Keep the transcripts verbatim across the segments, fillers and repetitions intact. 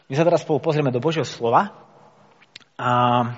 My sa teraz spolu pozrieme do Božieho slova a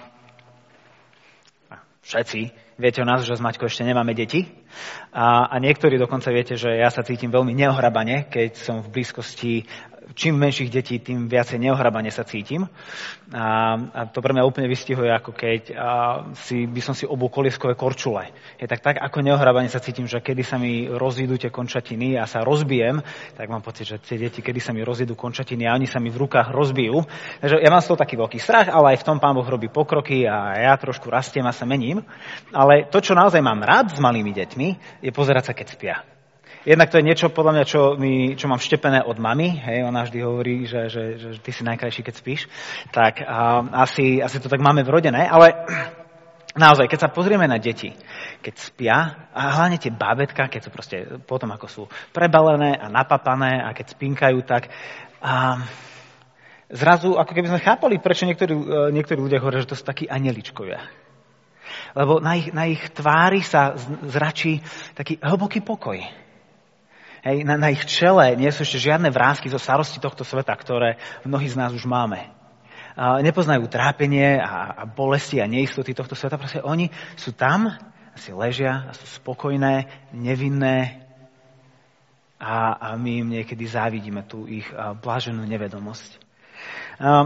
všetci viete o nás, že s Maťkou ešte nemáme deti a, a niektorí dokonca viete, že ja sa cítim veľmi neohrabane, keď som v blízkosti čím menších detí, tým viacej neohrabane sa cítim. A, a to pre mňa úplne vystihuje, ako keď a, si, by som si obul kolieskové korčule. Je tak, tak ako neohrabane sa cítim, že kedy sa mi rozídu tie končatiny a sa rozbijem, tak mám pocit, že tie deti, kedy sa mi rozídu končatiny a oni sa mi v rukách rozbijú. Takže ja mám z toho taký veľký strach, ale aj v tom Pán Boh robí pokroky a ja trošku rastiem a sa mením. Ale to, čo naozaj mám rád s malými deťmi, je pozerať sa, keď spia. Jednak to je niečo, podľa mňa, čo, mi, čo mám vštepené od mamy. Hej, ona vždy hovorí, že, že, že ty si najkrajší, keď spíš. Tak a, asi, asi to tak máme vrodené, ale naozaj, keď sa pozrieme na deti, keď spia, a hlavne tie bábätka, keď sú proste potom, ako sú prebalené a napapané a keď spinkajú, tak a, zrazu, ako keby sme chápali, prečo niektorí, niektorí ľudia hovoria, že to sú takí anjeličkovia. Lebo na ich, na ich tvári sa zračí taký hlboký pokoj. Hej, na, na ich čele nie sú ešte žiadne vrásky zo starosti tohto sveta, ktoré mnohí z nás už máme. A nepoznajú trápenie a, a bolesti a neistoty tohto sveta. Proste oni sú tam, si ležia a sú spokojné, nevinné a, a my im niekedy závidíme tú ich bláženú nevedomosť. A,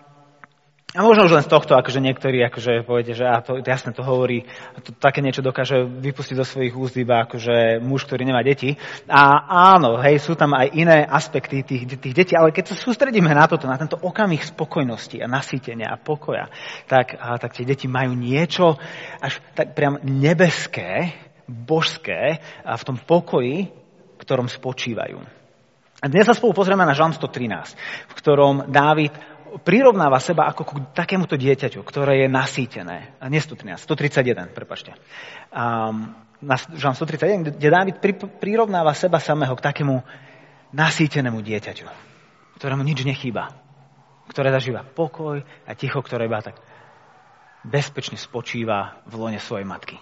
A možno už len z tohto, akože niektorí akože povedia, že á, to, jasne to hovorí, to, také niečo dokáže vypustiť zo svojich úst iba akože muž, ktorý nemá deti. A áno, hej, sú tam aj iné aspekty tých, tých detí, ale keď sa sústredíme na toto, na tento okamih spokojnosti a nasýtenia a pokoja, tak, a, tak tie deti majú niečo až tak priam nebeské, božské a v tom pokoji, v ktorom spočívajú. A dnes sa spolu pozrieme na Žalm sto trinásť, v ktorom Dávid prirovnáva seba ako k takémuto dieťaťu, ktoré je nasýtené. A nie sto trinásť, sto tridsaťjeden, prepáčte. Um, na Žalm sto tridsaťjeden, kde Dávid pri, prirovnáva seba samého k takému nasýtenému dieťaťu, ktorému nič nechýba, ktoré zažíva pokoj a ticho, ktoré iba tak bezpečne spočíva v lone svojej matky.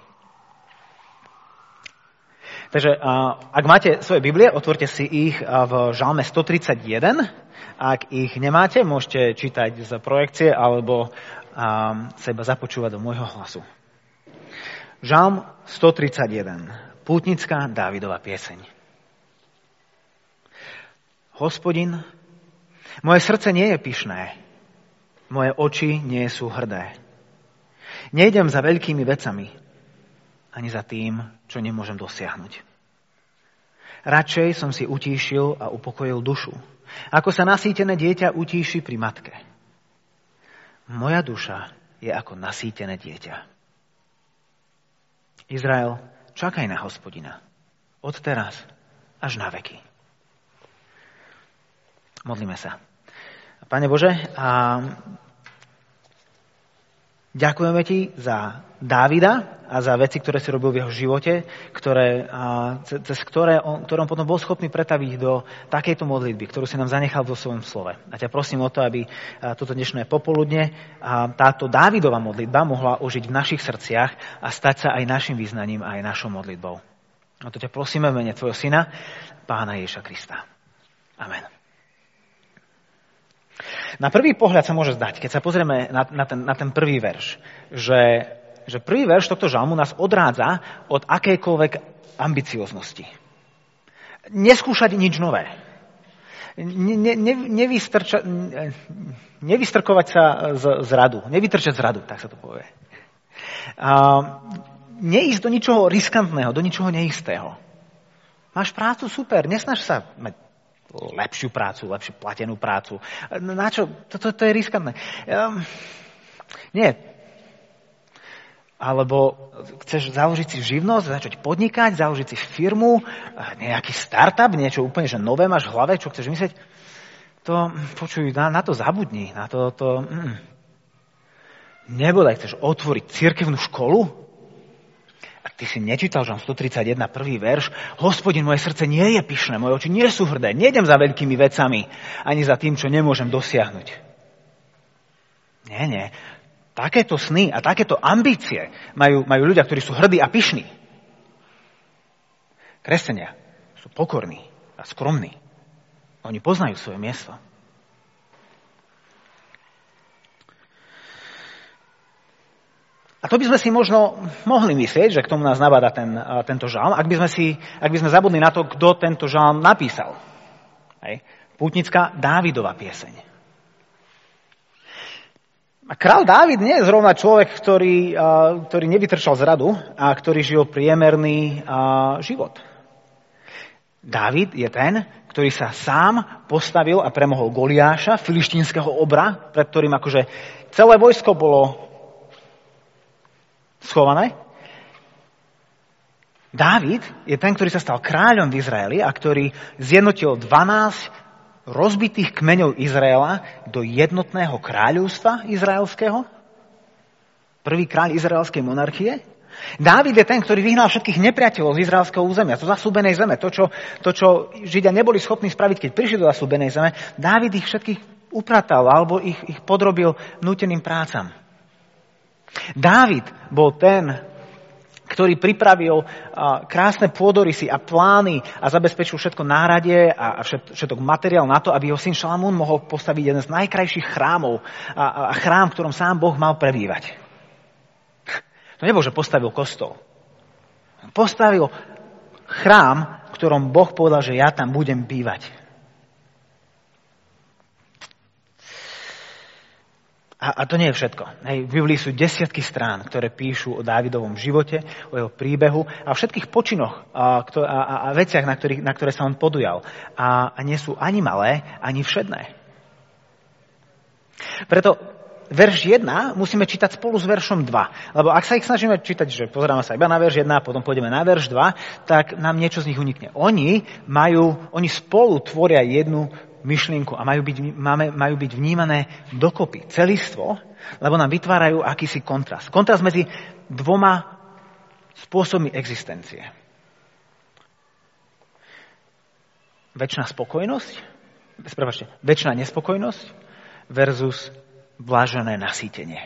Takže uh, ak máte svoje Biblie, otvorte si ich uh, v Žalme sto tridsaťjeden. Ak ich nemáte, môžete čítať z projekcie alebo um, sa iba započúvať do môjho hlasu. Žalm sto tridsaťjeden. Pútnická Dávidova pieseň. Hospodin, moje srdce nie je pyšné, moje oči nie sú hrdé. Nejdem za veľkými vecami, ani za tým, čo nemôžem dosiahnuť. Radšej som si utíšil a upokojil dušu, ako sa nasýtené dieťa utíši pri matke. Moja duša je ako nasýtené dieťa. Izrael, čakaj na Hospodina. Od teraz až na veky. Modlíme sa. Pane Bože, a ďakujeme Ti za Dávida a za veci, ktoré si robil v jeho živote, ktoré, cez ktoré on, ktoré on potom bol schopný pretaviť do takejto modlitby, ktorú si nám zanechal vo svojom slove. A ťa prosím o to, aby toto dnešné popoludne táto Dávidova modlitba mohla ožiť v našich srdciach a stať sa aj našim význaním a aj našou modlitbou. A to ťa prosíme v mene Tvojho Syna, Pána Ježiša Krista. Amen. Na prvý pohľad sa môže zdať, keď sa pozrieme na, na, ten, na ten prvý verš, že, že prvý verš tohto žalmu nás odrádza od akejkoľvek ambicioznosti. Neskúšať nič nové. Ne, ne, nevystrča, nevystrkovať sa z, z radu. Nevytrčať z radu, tak sa to povie. A, neísť do ničoho riskantného, do ničoho neistého. Máš prácu, super, nesnaž sa mať lepšiu prácu, lepšiu platenú prácu. Na čo? Toto to, to je riskantné. Um, nie. Alebo chceš založiť si živnosť, začať podnikať, založiť si firmu, nejaký startup, niečo úplne že nové máš v hlave, čo chceš myslieť. To, počuj, na, na to zabudni. Na to, to mm. Nebodaj, chceš otvoriť cirkevnú školu? Ak ty si nečítal Žalm sto tridsaťjeden, prvý verš, Hospodin, moje srdce nie je pyšné, moje oči nie sú hrdé, nejdem za veľkými vecami, ani za tým, čo nemôžem dosiahnuť. Nie, nie. Takéto sny a takéto ambície majú, majú ľudia, ktorí sú hrdí a pyšní. Kresťania sú pokorní a skromní. Oni poznajú svoje miesto. A to by sme si možno mohli myslieť, že k tomu nás nabáda ten, tento žalm, ak by sme, si, ak by sme zabudli na to, kto tento žalm napísal. Hej. Pútnická Dávidova pieseň. A král Dávid nie je zrovna človek, ktorý, ktorý nevytrčal z radu a ktorý žil priemerný život. Dávid je ten, ktorý sa sám postavil a premohol Goliáša, filištínskeho obra, pred ktorým akože celé vojsko bolo schované. Dávid je ten, ktorý sa stal kráľom v Izraeli a ktorý zjednotil dvanásť rozbitých kmeňov Izraela do jednotného kráľovstva izraelského. Prvý kráľ izraelskej monarchie. Dávid je ten, ktorý vyhnal všetkých nepriateľov z izraelského územia, zo zasľúbenej zeme. To čo, to, čo Židia neboli schopní spraviť, keď prišli do zasľúbenej zeme, Dávid ich všetkých upratal alebo ich, ich podrobil núteným prácam. Dávid bol ten, ktorý pripravil krásne pôdorysy a plány a zabezpečil všetko náradie a všetok materiál na to, aby jeho syn Šalamún mohol postaviť jeden z najkrajších chrámov a chrám, v ktorom sám Boh mal prebývať. To nebol, že postavil kostol. Postavil chrám, v ktorom Boh povedal, že ja tam budem bývať. A to nie je všetko. Hej, v Biblii sú desiatky strán, ktoré píšu o Dávidovom živote, o jeho príbehu a o všetkých počinoch a, a, a veciach, na, ktorých, na ktoré sa on podujal. A, a nie sú ani malé, ani všedné. Preto verš jeden musíme čítať spolu s veršom dva. Lebo ak sa ich snažíme čítať, že pozeráme sa iba na verš jeden a potom pôjdeme na verš dva, tak nám niečo z nich unikne. Oni, majú, oni spolu tvoria jednu myšlienku a majú byť, máme, majú byť vnímané dokopy, celistvo, lebo nám vytvárajú akýsi kontrast. Kontrast medzi dvoma spôsobmi existencie. Večná spokojnosť, prepáčte, večná nespokojnosť versus blažené nasýtenie.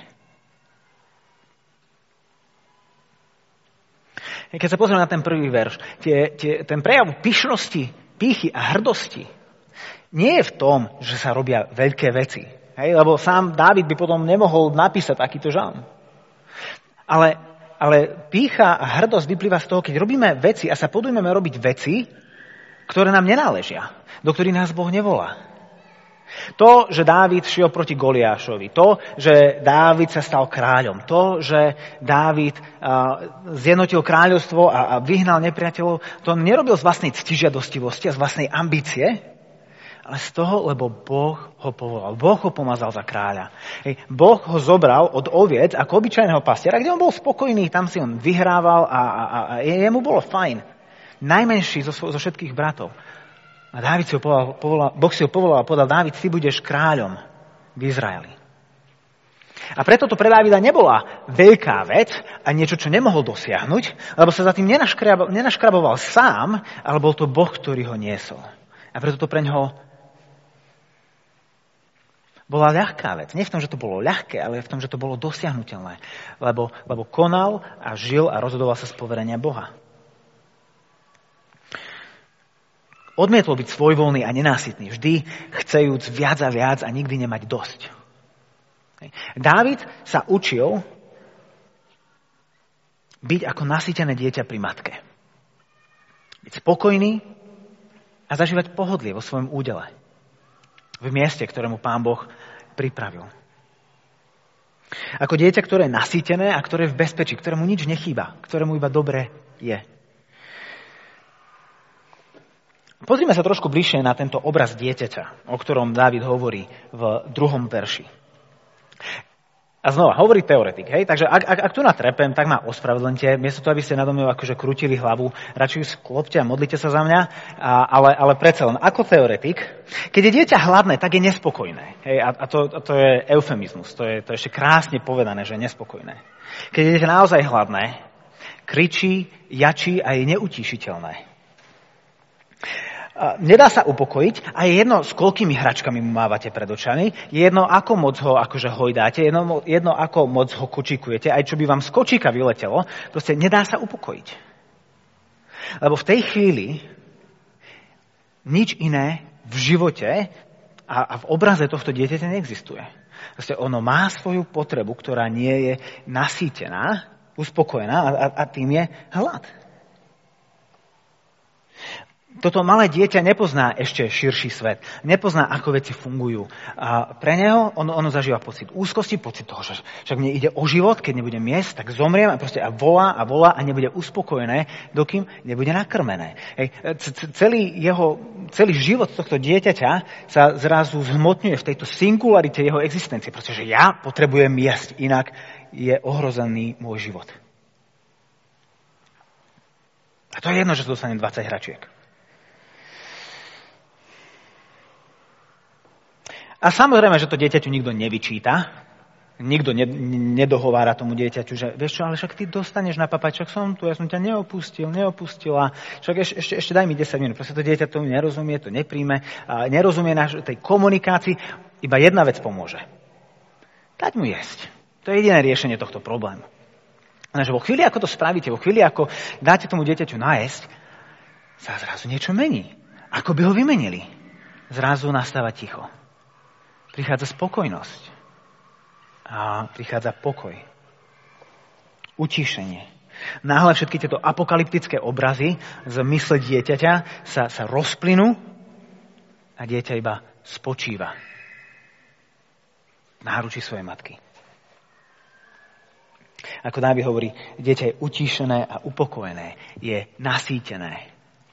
Keď sa pozrieme na ten prvý verš, tie, tie, ten prejav pyšnosti, pýchy a hrdosti nie je v tom, že sa robia veľké veci. Hej? Lebo sám Dávid by potom nemohol napísať takýto žalm. Ale, ale pýcha a hrdosť vyplýva z toho, keď robíme veci a sa podujmeme robiť veci, ktoré nám nenáležia, do ktorých nás Boh nevolá. To, že Dávid šiel proti Goliášovi, to, že Dávid sa stal kráľom, to, že Dávid uh, zjednotil kráľovstvo a, a vyhnal nepriateľov, to nerobil z vlastnej ctižiadostivosti a z vlastnej ambície, ale z toho, lebo Boh ho povolal. Boh ho pomazal za kráľa. Hej. Boh ho zobral od oviec ako obyčajného pastiera, kde on bol spokojný, tam si on vyhrával a, a, a jemu bolo fajn. Najmenší zo, zo všetkých bratov. A Dávid si ho povolal, povolal, Boh si ho povolal a povedal, Dávid, ty budeš kráľom v Izraeli. A preto to pre Dávida nebola veľká vec a niečo, čo nemohol dosiahnuť, lebo sa za tým nenaškraboval, nenaškraboval sám, ale bol to Boh, ktorý ho niesol. A preto to pre ňoho bola ľahká vec. Nie v tom, že to bolo ľahké, ale v tom, že to bolo dosiahnuteľné. Lebo, lebo konal a žil a rozhodoval sa z poverenia Boha. Odmietol byť svojvoľný a nenásytný, vždy chcejúc viac a viac a nikdy nemať dosť. Dávid sa učil byť ako nasýtené dieťa pri matke. Byť spokojný a zažívať pohodlie vo svojom údele. V mieste, ktorému Pán Boh pripravil. Ako dieťa, ktoré je nasýtené a ktoré je v bezpečí, ktorému nič nechýba, ktorému iba dobre je. Pozrime sa trošku bližšie na tento obraz dieťaťa, o ktorom Dávid hovorí v druhom verši. A znova, hovorí teoretik, hej? Takže ak, ak, ak tu natrepem, tak ma ospravedlňte. Miesto toho, aby ste nado mňou akože krútili hlavu, radšej sklopte a modlite sa za mňa, a, ale, ale predsa len ako teoretik, keď je dieťa hladné, tak je nespokojné. Hej? A, a, to, a to je eufemizmus, to je, to je ešte krásne povedané, že je nespokojné. Keď je dieťa naozaj hladné, kričí, jačí a je neutíšiteľné. Nedá sa upokojiť a je jedno, s koľkými hračkami mu mávate pred očami, je jedno, ako moc ho akože hojdáte, jedno, jedno, ako moc ho kočíkujete, aj čo by vám z kočíka vyletelo, proste nedá sa upokojiť. Lebo v tej chvíli nič iné v živote a, a v obraze tohto dieťaťa neexistuje. Proste ono má svoju potrebu, ktorá nie je nasýtená, uspokojená a, a tým je hlad. Toto malé dieťa nepozná ešte širší svet. Nepozná, ako veci fungujú. A pre neho ono, ono zažíva pocit úzkosti, pocit toho, že však mne ide o život, keď nebudem jesť, tak zomriem a proste a volá a volá a nebude uspokojené, dokým nebude nakrmené. Hej. Celý, jeho, celý život tohto dieťaťa sa zrazu zhmotňuje v tejto singularite jeho existencie, pretože ja potrebujem jesť, inak je ohrozený môj život. A to je jedno, že sa dostane dvadsať hračiek. A samozrejme, že to dieťaťu nikto nevyčíta, nikto nedohovára tomu dieťaťu, že vieš čo, ale však ty dostaneš na papať, však som tu, ja som ťa neopustil, neopustila, však ešte, ešte, ešte daj mi desať minút. Proste to dieťa tomu nerozumie, to nepríjme, nerozumie naš, tej komunikácii, iba jedna vec pomôže. Dať mu jesť. To je jediné riešenie tohto problému. Takže vo chvíli, ako to spravíte, vo chvíli, ako dáte tomu dieťaťu najesť, sa zrazu niečo mení. Ako by ho vymenili. Zrazu nastáva ticho. Prichádza spokojnosť a prichádza pokoj. Utíšenie. Náhle všetky tieto apokalyptické obrazy z mysle dieťaťa sa, sa rozplynú a dieťa iba spočíva v náručí svojej matky. Ako Dávid hovorí, dieťa je utíšené a upokojené, je nasýtené.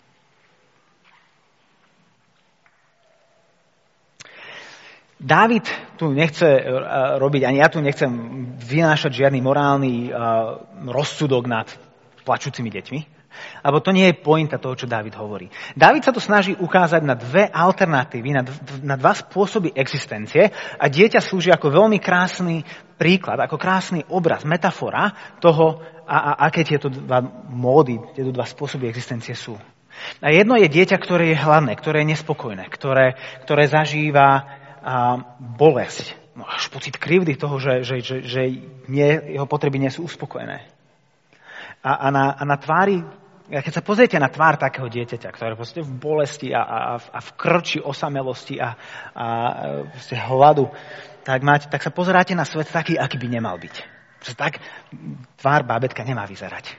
Dávid tu nechce robiť, ani ja tu nechcem vynášať žiadny morálny rozsudok nad plačúcimi deťmi, lebo to nie je pointa toho, čo Dávid hovorí. Dávid sa tu snaží ukázať na dve alternatívy, na, d- na dva spôsoby existencie a dieťa slúži ako veľmi krásny príklad, ako krásny obraz, metafora toho, a, a aké tieto dva módy, tieto dva spôsoby existencie sú. A jedno je dieťa, ktoré je hladné, ktoré je nespokojné, ktoré, ktoré zažíva a bolesť, no až pocit krivdy toho, že, že, že, že nie, jeho potreby nie sú uspokojené. A, a, na, a na tvári, keď sa pozriete na tvár takého dieťaťa, ktoré proste v bolesti a, a, a v krči osamelosti a, a proste hladu, tak, máte, tak sa pozeráte na svet taký, aký by nemal byť. Proste tak tvár bábätka nemá vyzerať.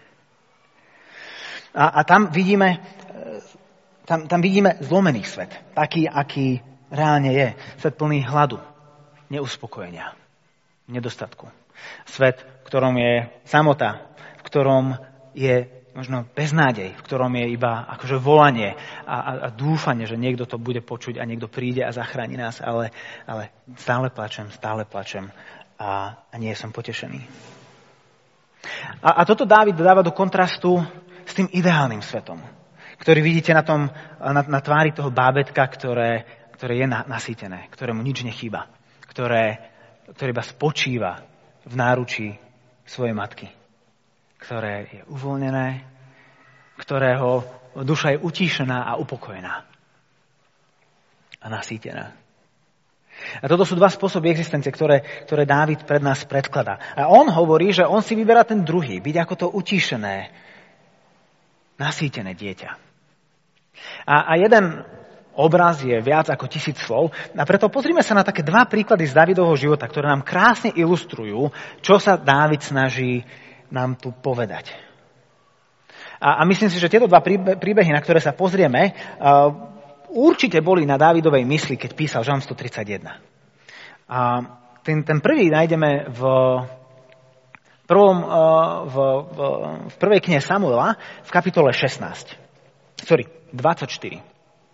A, a tam vidíme, tam, tam vidíme zlomený svet, taký, aký reálne je. Svet plný hladu, neuspokojenia, nedostatku. Svet, v ktorom je samota, v ktorom je možno beznádej, v ktorom je iba akože volanie a, a, a dúfanie, že niekto to bude počuť a niekto príde a zachráni nás, ale, ale stále plačem, stále plačem a, a nie som potešený. A, a toto Dávid dáva do kontrastu s tým ideálnym svetom, ktorý vidíte na, tom, na, na tvári toho bábätka, ktoré ktoré je nasýtené, ktorému nič nechýba, ktoré, ktoré iba spočíva v náručí svojej matky, ktoré je uvoľnené, ktorého duša je utíšená a upokojená a nasýtená. A toto sú dva spôsoby existencie, ktoré, ktoré Dávid pred nás predkladá. A on hovorí, že on si vyberá ten druhý, byť ako to utíšené, nasýtené dieťa. A, a jeden obraz je viac ako tisíc slov. A preto pozrime sa na také dva príklady z Dávidovho života, ktoré nám krásne ilustrujú, čo sa Dávid snaží nám tu povedať. A, a myslím si, že tieto dva príbehy, na ktoré sa pozrieme, uh, určite boli na Dávidovej mysli, keď písal Žalm stotridsaťjeden. A ten, ten prvý nájdeme v, prvom, uh, v, v, v prvej knihe Samuela v kapitole šestnásť. Sorry, dvadsaťštyri.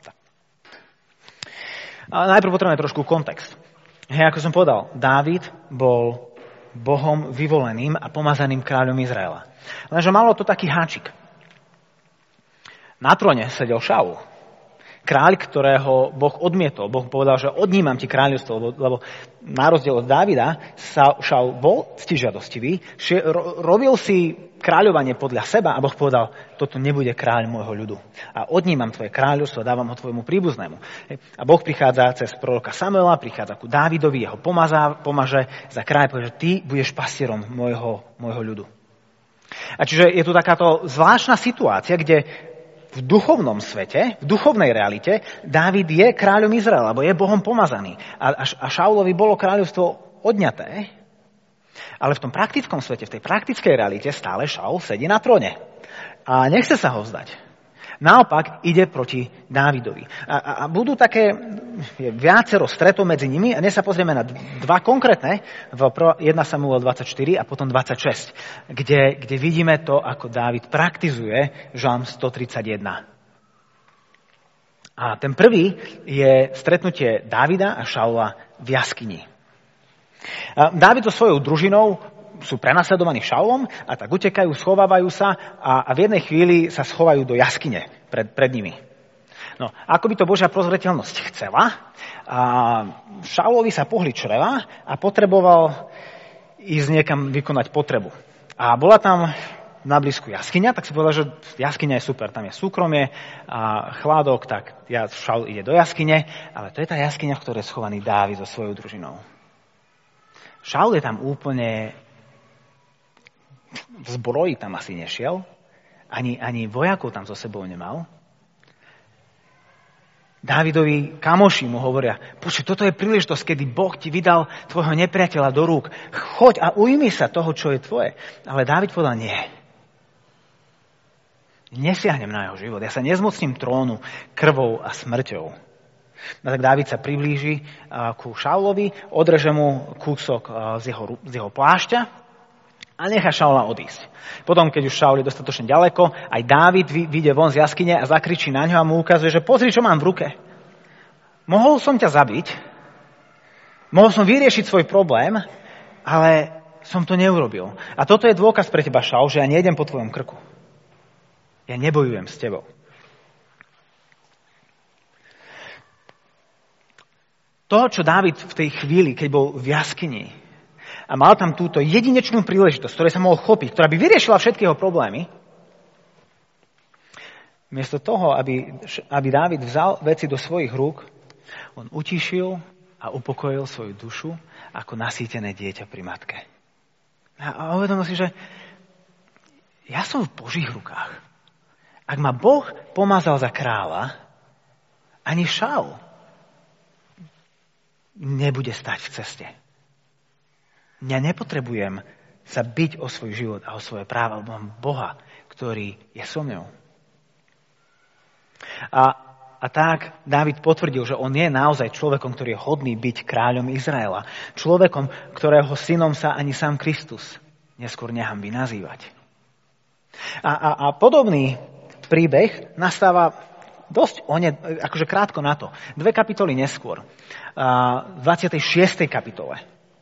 A najprv potrebujeme trošku kontext. Hej, ako som povedal, Dávid bol Bohom vyvoleným a pomazaným kráľom Izraela. Lenže malo to taký háčik. Na tróne sedel Šaul. Kráľ, ktorého Boh odmietol. Boh povedal, že odnímam ti kráľovstvo, lebo, lebo na rozdiel od Dávida Šaul bol ctižiadostivý, robil si kráľovanie podľa seba a Boh povedal, toto nebude kráľ môjho ľudu. A odnímam tvoje kráľovstvo, dávam ho tvojmu príbuznému. A Boh prichádza cez proroka Samuela, prichádza ku Dávidovi, jeho pomazá, pomaže za kráľ, povie, že ty budeš pastierom môjho, môjho ľudu. A čiže je tu takáto zvláštna situácia, kde v duchovnom svete, v duchovnej realite, Dávid je kráľom Izraela, alebo je Bohom pomazaný. A, a Šaulovi bolo kráľovstvo odňaté, ale v tom praktickom svete, v tej praktickej realite stále Šaul sedí na tróne. A nechce sa ho vzdať. Naopak ide proti Dávidovi. A, a, a budú také je viacero stretov medzi nimi a dnes sa pozrieme na dva konkrétne, v prvá Samuel dvadsaťštyri a potom dvadsaťšesť, kde, kde vidíme to, ako Dávid praktizuje žalm stotridsaťjeden. A ten prvý je stretnutie Dávida a Šaula v jaskyni. Dávid so svojou družinou sú prenasledovaní Šaulom a tak utekajú, schovávajú sa a, a v jednej chvíli sa schovajú do jaskyne pred, pred nimi. No, ako by to Božia prozreteľnosť chcela, a Šaulovi sa pohli čreva a potreboval ísť niekam vykonať potrebu. A bola tam na blízku jaskyňa, tak si povedal, že jaskyňa je super, tam je súkromie a chládok, tak ja, Šaul ide do jaskyne, ale to je tá jaskyňa, v ktorej je schovaný Dávid so svojou družinou. Šaul je tam úplne v zbroji tam asi nešiel, ani, ani vojakov tam so sebou nemal. Dávidovi kamoši mu hovoria, počuť, toto je príležitosť, kedy Boh ti vydal tvojho nepriateľa do rúk. Choď a ujmi sa toho, čo je tvoje. Ale Dávid povedal, nie. Nesiahnem na jeho život. Ja sa nezmocním trónu krvou a smrťou. No tak Dávid sa priblíži ku Šaulovi, odreže mu kúsok z jeho, z jeho plášťa a nechá Šaula odísť. Potom, keď už Šaul je dostatočne ďaleko, aj Dávid vyjde von z jaskyne a zakričí na ňo a mu ukazuje, že pozri, čo mám v ruke. Mohol som ťa zabiť, mohol som vyriešiť svoj problém, ale som to neurobil. A toto je dôkaz pre teba, Šaul, že ja nejdem po tvojom krku. Ja nebojujem s tebou. To, čo Dávid v tej chvíli, keď bol v jaskyni a mal tam túto jedinečnú príležitosť, ktorej sa mohol chopiť, ktorá by vyriešila všetky jeho problémy, miesto toho, aby, aby Dávid vzal veci do svojich rúk, on utišil a upokojil svoju dušu ako nasýtené dieťa pri matke. A uvedomil si, že ja som v Božích rukách. Ak ma Boh pomazal za kráľa, ani Šaul nebude stať v ceste. Ja nepotrebujem sa biť o svoj život a o svoje práva, lebo mám Boha, ktorý je so mnou. A, a tak Dávid potvrdil, že on je naozaj človekom, ktorý je hodný byť kráľom Izraela. Človekom, ktorého synom sa ani sám Kristus neskôr nehanbí nazývať. A, a, a podobný príbeh nastáva dosť one, akože krátko na to. Dve kapitoly neskôr. V dvadsiatej šiestej kapitole.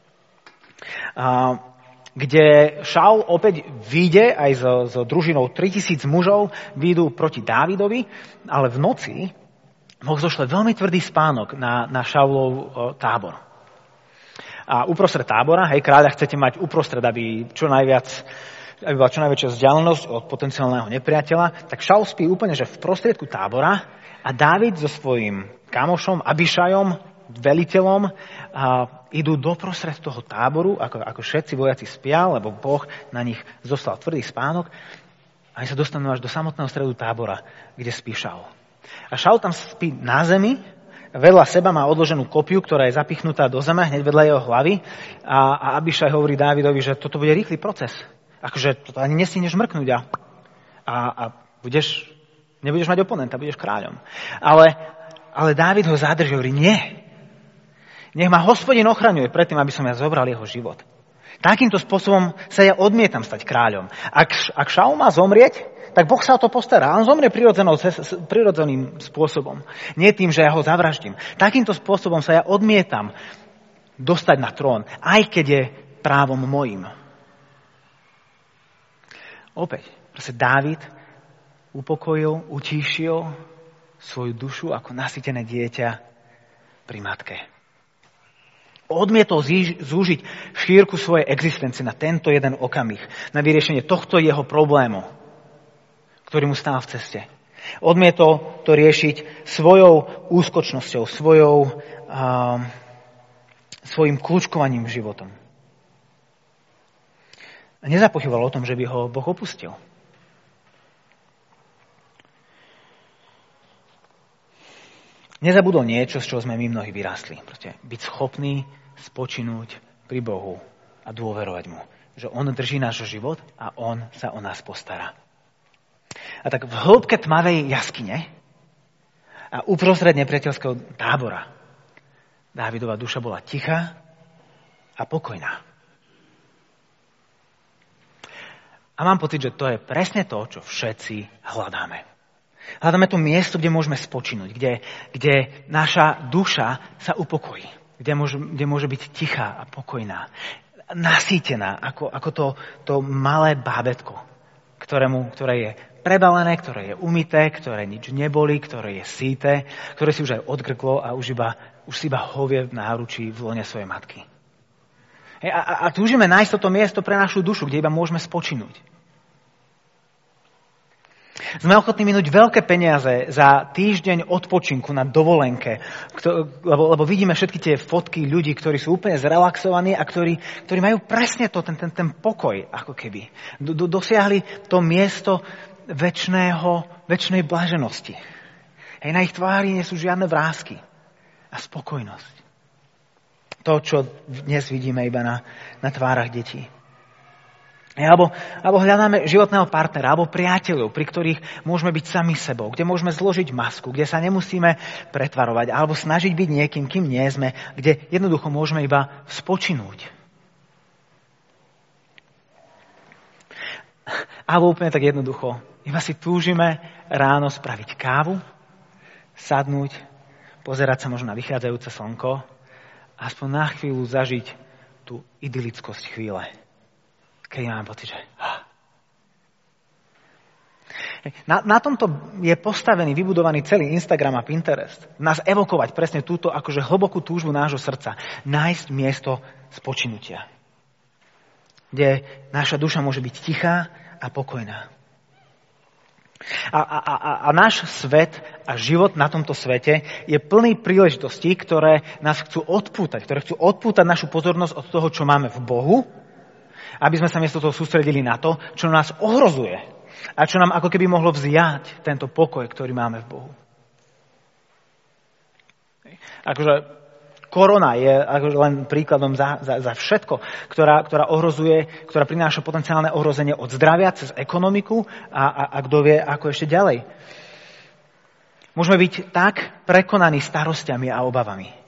Kde Šaul opäť vyjde aj so, so družinou tritisíc mužov, vyjdú proti Dávidovi, ale v noci Boh zošle veľmi tvrdý spánok na, na Šaulov tábor. A uprostred tábora, hej, kráľa chcete mať uprostred, aby čo najviac aby bola čo najväčšia vzdialenosť od potenciálneho nepriateľa, tak Šaul spí úplne, že v prostriedku tábora a Dávid so svojím kamošom, Abišajom, veliteľom, a idú doprostred toho táboru, ako, ako všetci vojaci spia, lebo Boh na nich zostal tvrdý spánok a oni sa dostanú až do samotného stredu tábora, kde spí Šaul. A Šaul tam spí na zemi, vedľa seba má odloženú kopiu, ktorá je zapichnutá do zeme, hneď vedľa jeho hlavy a, a Abišaj hovorí Dávidovi, že toto bude rýchly proces. Akože to ani nestihneš mrknúť a, a, a budeš, nebudeš mať oponenta, budeš kráľom. Ale, ale Dávid ho zadrží, hovorí, nie. Nech ma Hospodin ochraňuje predtým, aby som ja zobral jeho život. Takýmto spôsobom sa ja odmietam stať kráľom. Ak, ak Šaul má zomrieť, tak Boh sa o to postará. On zomrie prirodzeným spôsobom. Nie tým, že ja ho zavraždím. Takýmto spôsobom sa ja odmietam dostať na trón, aj keď je právom mojím. Opäť, proste Dávid upokojil, utíšil svoju dušu ako nasýtené dieťa pri matke. Odmietol zúžiť šírku svojej existencie na tento jeden okamih, na vyriešenie tohto jeho problému, ktorý mu stál v ceste. Odmietol to riešiť svojou úskočnosťou, svojou, um, svojim kľúčkovaním životom. A nezapochyboval o tom, že by ho Boh opustil. nezabudol niečo, z čoho sme my mnohí vyrástli. Proste byť schopný spočinúť pri Bohu a dôverovať mu. Že on drží náš život a on sa o nás postará. A tak v hĺbke tmavej jaskyne a uprostred nepriateľského tábora Dávidova duša bola tichá a pokojná. A mám pocit, že to je presne to, čo všetci hľadáme. Hľadáme to miesto, kde môžeme spočinúť, kde, kde naša duša sa upokojí, kde môže, kde môže byť tichá a pokojná, nasýtená, ako, ako to, to malé bábätko, ktorému, ktoré je prebalené, ktoré je umyté, ktoré nič neboli, ktoré je síte, ktoré si už aj odgrklo a už, iba, už si iba hovie v náručí v lone svojej matky. Hej, a, a túžime nájsť toto miesto pre našu dušu, kde iba môžeme spočinúť. Sme ochotní minúť veľké peniaze za týždeň odpočinku na dovolenke, lebo, lebo vidíme všetky tie fotky ľudí, ktorí sú úplne zrelaxovaní a ktorí, ktorí majú presne to, ten, ten, ten pokoj, ako keby. Do, do, dosiahli to miesto večného, večnej blaženosti. Hej, na ich tvári nie sú žiadne vrásky a spokojnosť. To, čo dnes vidíme iba na, na tvárach detí. Alebo, alebo hľadáme životného partnera, alebo priateľov, pri ktorých môžeme byť sami sebou, kde môžeme zložiť masku, kde sa nemusíme pretvarovať, alebo snažiť byť niekým, kým nie sme, kde jednoducho môžeme iba spočinúť. Alebo úplne tak jednoducho, iba si túžime ráno spraviť kávu, sadnúť, pozerať sa možno na vychádzajúce slnko a aspoň na chvíľu zažiť tú idylickosť chvíle. Keď mám pocit, že... Na, na tomto je postavený, vybudovaný celý Instagram a Pinterest. Nás evokovať presne túto akože hlbokú túžbu nášho srdca. Nájsť miesto spočinutia. Kde naša duša môže byť tichá a pokojná. A, a, a, a náš svet a život na tomto svete je plný príležitostí, ktoré nás chcú odpútať, ktoré chcú odpútať našu pozornosť od toho, čo máme v Bohu, aby sme sa miesto toho sústredili na to, čo nás ohrozuje a čo nám ako keby mohlo vziať tento pokoj, ktorý máme v Bohu. Akože korona je akože len príkladom za, za, za všetko, ktorá, ktorá ohrozuje, ktorá prináša potenciálne ohrozenie od zdravia cez ekonomiku a, a, a kto vie, ako ešte ďalej. Môžeme byť tak prekonaní starostiami a obavami.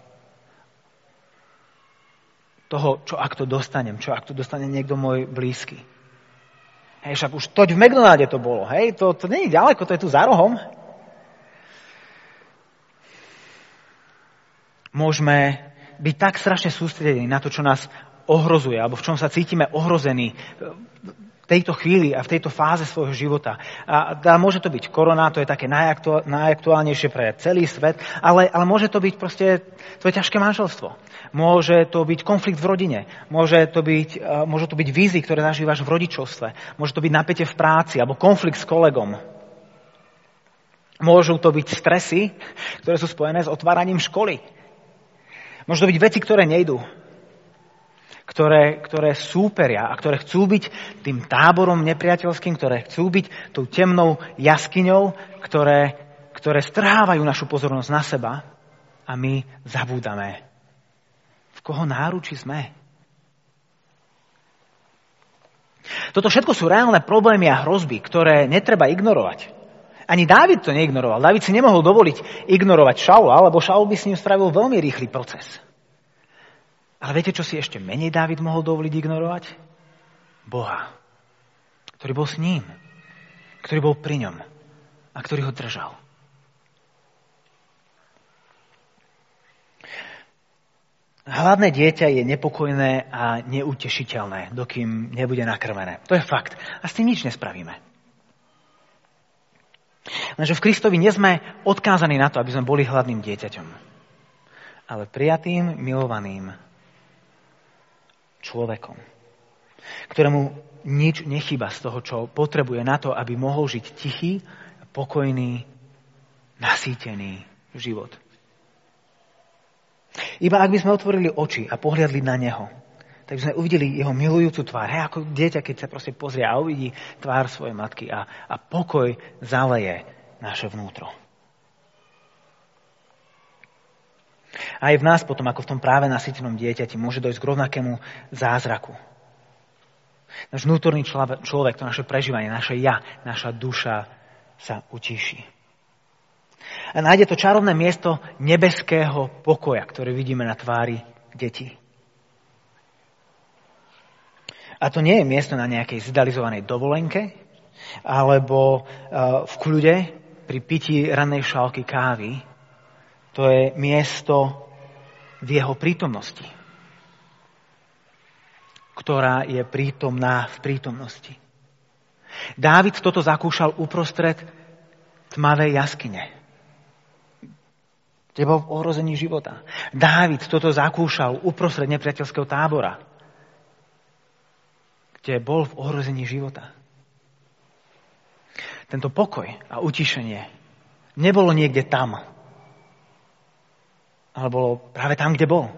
Toho, čo ak to dostanem, čo ak to dostane niekto môj blízky. Hej, však už toť v McDonalde to bolo, hej, to, to nie je ďaleko, to je tu za rohom. Môžeme byť tak strašne sústredení na to, čo nás ohrozuje, alebo v čom sa cítime ohrození v tejto chvíli a v tejto fáze svojho života. A, a môže to byť korona, to je také najaktuál, najaktuálnejšie pre celý svet, ale, ale môže to byť proste tvoje ťažké manželstvo. Môže to byť konflikt v rodine, môže to byť, uh, môžu to byť výzvy, ktoré zažívaš v rodičovstve, môže to byť napätie v práci alebo konflikt s kolegom. Môžu to byť stresy, ktoré sú spojené s otváraním školy. Môžu to byť veci, ktoré nejdú, ktoré, ktoré súperia a ktoré chcú byť tým táborom nepriateľským, ktoré chcú byť tou temnou jaskyňou, ktoré, ktoré strhávajú našu pozornosť na seba a my zabúdame, v koho náručí sme. Toto všetko sú reálne problémy a hrozby, ktoré netreba ignorovať. Ani Dávid to neignoroval. Dávid si nemohol dovoliť ignorovať Šaula, lebo Šaul by s ním spravil veľmi rýchly proces. Ale viete, čo si ešte menej Dávid mohol dovoliť ignorovať? Boha, ktorý bol s ním, ktorý bol pri ňom a ktorý ho držal. Hladné dieťa je nepokojné a neutešiteľné, dokým nebude nakrmené. To je fakt. A s tým nič nespravíme. Lenže v Kristovi nie sme odkázaní na to, aby sme boli hladným dieťaťom, ale prijatým, milovaným človekom, ktorému nič nechýba z toho, čo potrebuje na to, aby mohol žiť tichý, pokojný, nasýtený život. Iba ak by sme otvorili oči a pohliadli na neho, tak by sme uvideli jeho milujúcu tvár. Hej, ako dieťa, keď sa proste pozrie a uvidí tvár svojej matky a, a pokoj zaleje naše vnútro. A aj v nás potom, ako v tom práve nasýtenom dieťati, môže dojsť k rovnakému zázraku. Náš vnútorný človek, to naše prežívanie, naše ja, naša duša sa utíši. A nájde to čarovné miesto nebeského pokoja, ktoré vidíme na tvári detí. A to nie je miesto na nejakej zidealizovanej dovolenke, alebo v kľude pri pití rannej šálky kávy. To je miesto v jeho prítomnosti, ktorá je prítomná v prítomnosti. Dávid toto zakúšal uprostred tmavej jaskyne, kde bol v ohrození života. Dávid toto zakúšal uprostred nepriateľského tábora, kde bol v ohrození života. Tento pokoj a utišenie nebolo niekde tam, ale bolo práve tam, kde bol.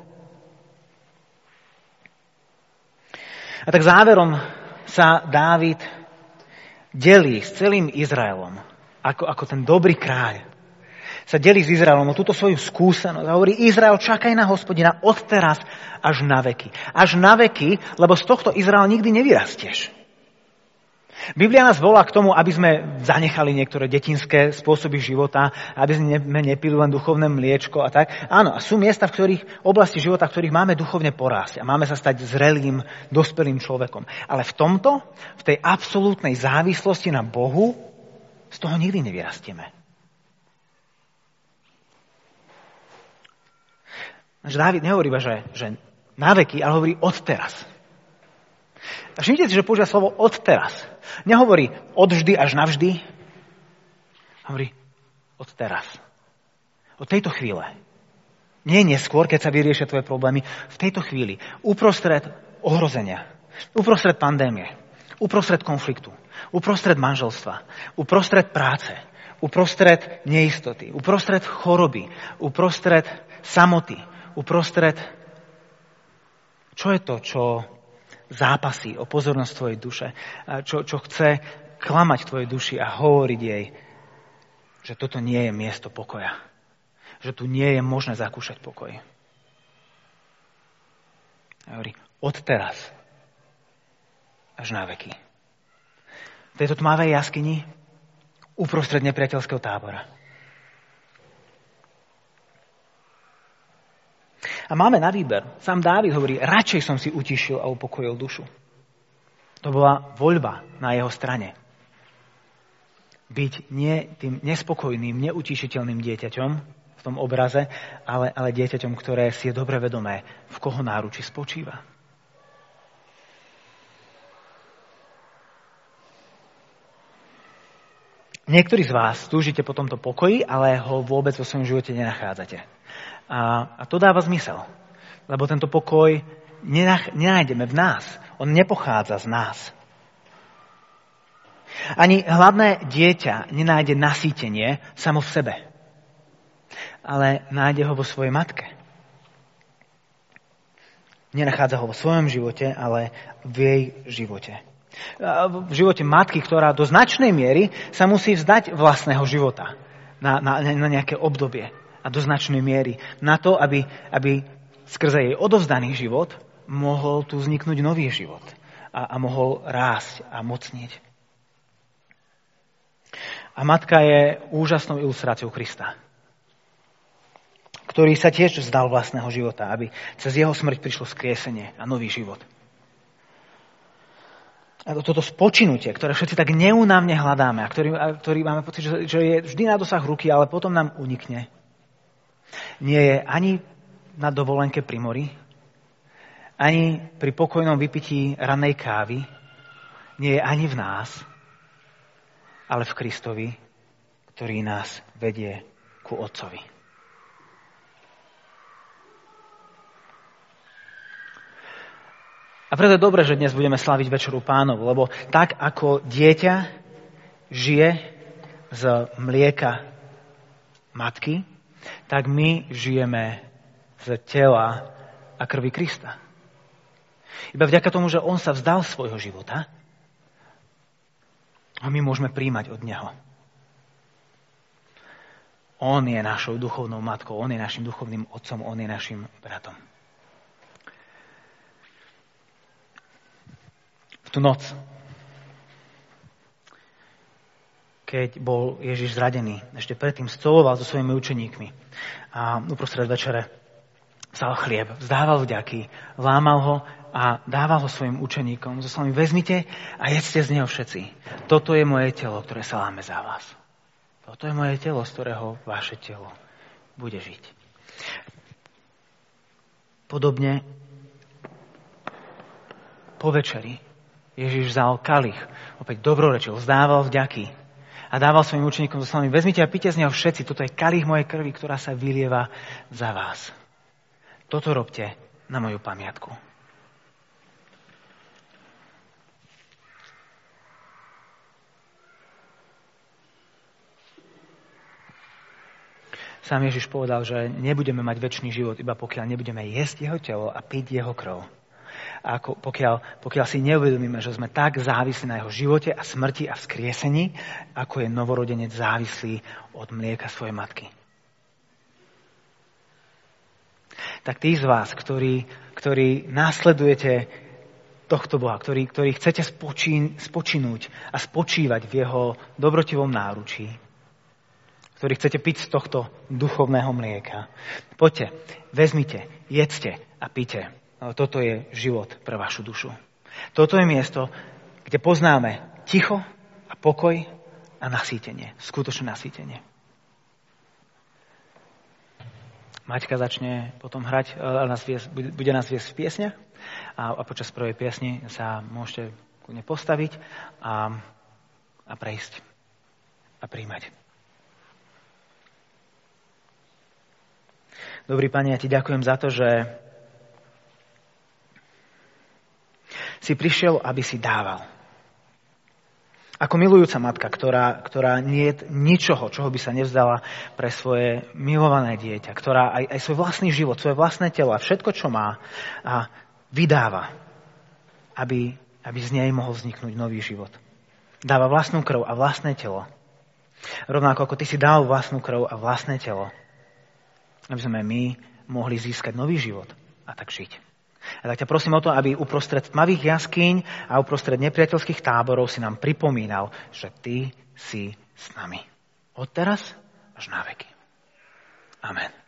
A tak záverom sa Dávid delí s celým Izraelom, ako, ako ten dobrý kráľ. Sa delí s Izraelom o túto svoju skúsenosť a hovorí: Izrael, čakaj na Hospodina od teraz až na veky. Až na veky, lebo z tohto Izraela nikdy nevyrastieš. Biblia nás volá k tomu, aby sme zanechali niektoré detinské spôsoby života, aby sme nepili len duchovné mliečko a tak. Áno, a sú miesta, v ktorých oblasti života, v ktorých máme duchovne porásť a máme sa stať zrelým, dospelým človekom. Ale v tomto, v tej absolútnej závislosti na Bohu, z toho nikdy nevyrastieme. Náš Dávid nehovorí iba, že, že na veky, ale hovorí od teraz. A všimnite si, že používa slovo od teraz. Nehovorí od vždy až navždy. Hovorí od teraz. Od tejto chvíle. Nie neskôr, keď sa vyriešia tvoje problémy. V tejto chvíli. Uprostred ohrozenia. Uprostred pandémie. Uprostred konfliktu. Uprostred manželstva. Uprostred práce. Uprostred neistoty. Uprostred choroby. Uprostred samoty. Uprostred... Čo je to, čo zápasí o pozornosť tvojej duše, čo, čo chce klamať tvojej duši a hovoriť jej, že toto nie je miesto pokoja. Že tu nie je možné zakúšať pokoj. A hovorí, od teraz až na veky. V tejto tmavej jaskyni uprostred nepriateľského tábora. A máme na výber. Sám Dávid hovorí, radšej som si utišil a upokojil dušu. To bola voľba na jeho strane. Byť nie tým nespokojným, neutišiteľným dieťaťom v tom obraze, ale, ale dieťaťom, ktoré si je dobre vedomé, v koho náruči spočíva. Niektorí z vás túžite po tomto pokoji, ale ho vôbec vo svojom živote nenachádzate. A, a to dáva zmysel, lebo tento pokoj nenach, nenájdeme v nás. On nepochádza z nás. Ani hladné dieťa nenájde nasýtenie samo v sebe, ale nájde ho vo svojej matke. Nenachádza ho vo svojom živote, ale v jej živote. V živote matky, ktorá do značnej miery sa musí vzdať vlastného života na, na, na nejaké obdobie a do značnej miery na to, aby, aby skrze jej odovzdaný život mohol tu vzniknúť nový život a, a mohol rásť a mocnieť. A matka je úžasnou ilustráciou Krista, ktorý sa tiež vzdal vlastného života, aby cez jeho smrť prišlo skriesenie a nový život. A toto spočinutie, ktoré všetci tak neúnavne hľadáme a ktorý, a ktorý máme pocit, že, že je vždy na dosah ruky, ale potom nám unikne, nie je ani na dovolenke pri mori, ani pri pokojnom vypití rannej kávy, nie je ani v nás, ale v Kristovi, ktorý nás vedie ku Otcovi. A preto je dobré, že dnes budeme sláviť Večeru Pánov, lebo tak ako dieťa žije z mlieka matky, tak my žijeme z tela a krvi Krista. Iba vďaka tomu, že on sa vzdal svojho života, a my môžeme príjmať od neho. On je našou duchovnou matkou, on je našim duchovným otcom, on je našim bratom. V tú noc, keď bol Ježiš zradený, ešte predtým stoloval so svojimi učeníkmi a uprostred večere vzal chlieb, vzdával vďaky, lámal ho a dával ho svojim učeníkom. So slovami, vezmite a jedzte z neho všetci. Toto je moje telo, ktoré sa láme za vás. Toto je moje telo, z ktorého vaše telo bude žiť. Podobne po večeri Ježiš vzal kalich, opäť dobrorečil, vzdával vďaky a dával svojim učeníkom so slovami, vezmite a pite z neho všetci, toto je kalich mojej krvi, ktorá sa vylieva za vás. Toto robte na moju pamiatku. Sám Ježiš povedal, že nebudeme mať večný život, iba pokiaľ nebudeme jesť jeho telo a piť jeho krv. A ako, pokiaľ, pokiaľ si neuvedomíme, že sme tak závislí na jeho živote a smrti a vzkriesení, ako je novorodenec závislý od mlieka svojej matky. Tak tí z vás, ktorí, ktorí následujete tohto Boha, ktorí, ktorí chcete spočín, spočinúť a spočívať v jeho dobrotivom náručí, ktorí chcete piť z tohto duchovného mlieka. Poďte, vezmite, jedzte a pite. Toto je život pre vašu dušu. Toto je miesto, kde poznáme ticho a pokoj a nasýtenie. Skutočné nasýtenie. Maťka začne potom hrať, nás viesť, bude nás viesť v piesniach a, a počas prvej piesni sa môžete postaviť a, a prejsť a príjmať. Dobrý Pane, ja ti ďakujem za to, že si prišiel, aby si dával. Ako milujúca matka, ktorá, ktorá nie je ničoho, čoho by sa nevzdala pre svoje milované dieťa, ktorá aj, aj svoj vlastný život, svoje vlastné telo a všetko, čo má, a vydáva, aby, aby z nej mohol vzniknúť nový život. Dáva vlastnú krv a vlastné telo. Rovnako ako ty si dal vlastnú krv a vlastné telo, aby sme my mohli získať nový život a tak žiť. A tak ťa prosím o to, aby uprostred tmavých jaskyň a uprostred nepriateľských táborov si nám pripomínal, že ty si s nami. Od teraz až na veky. Amen.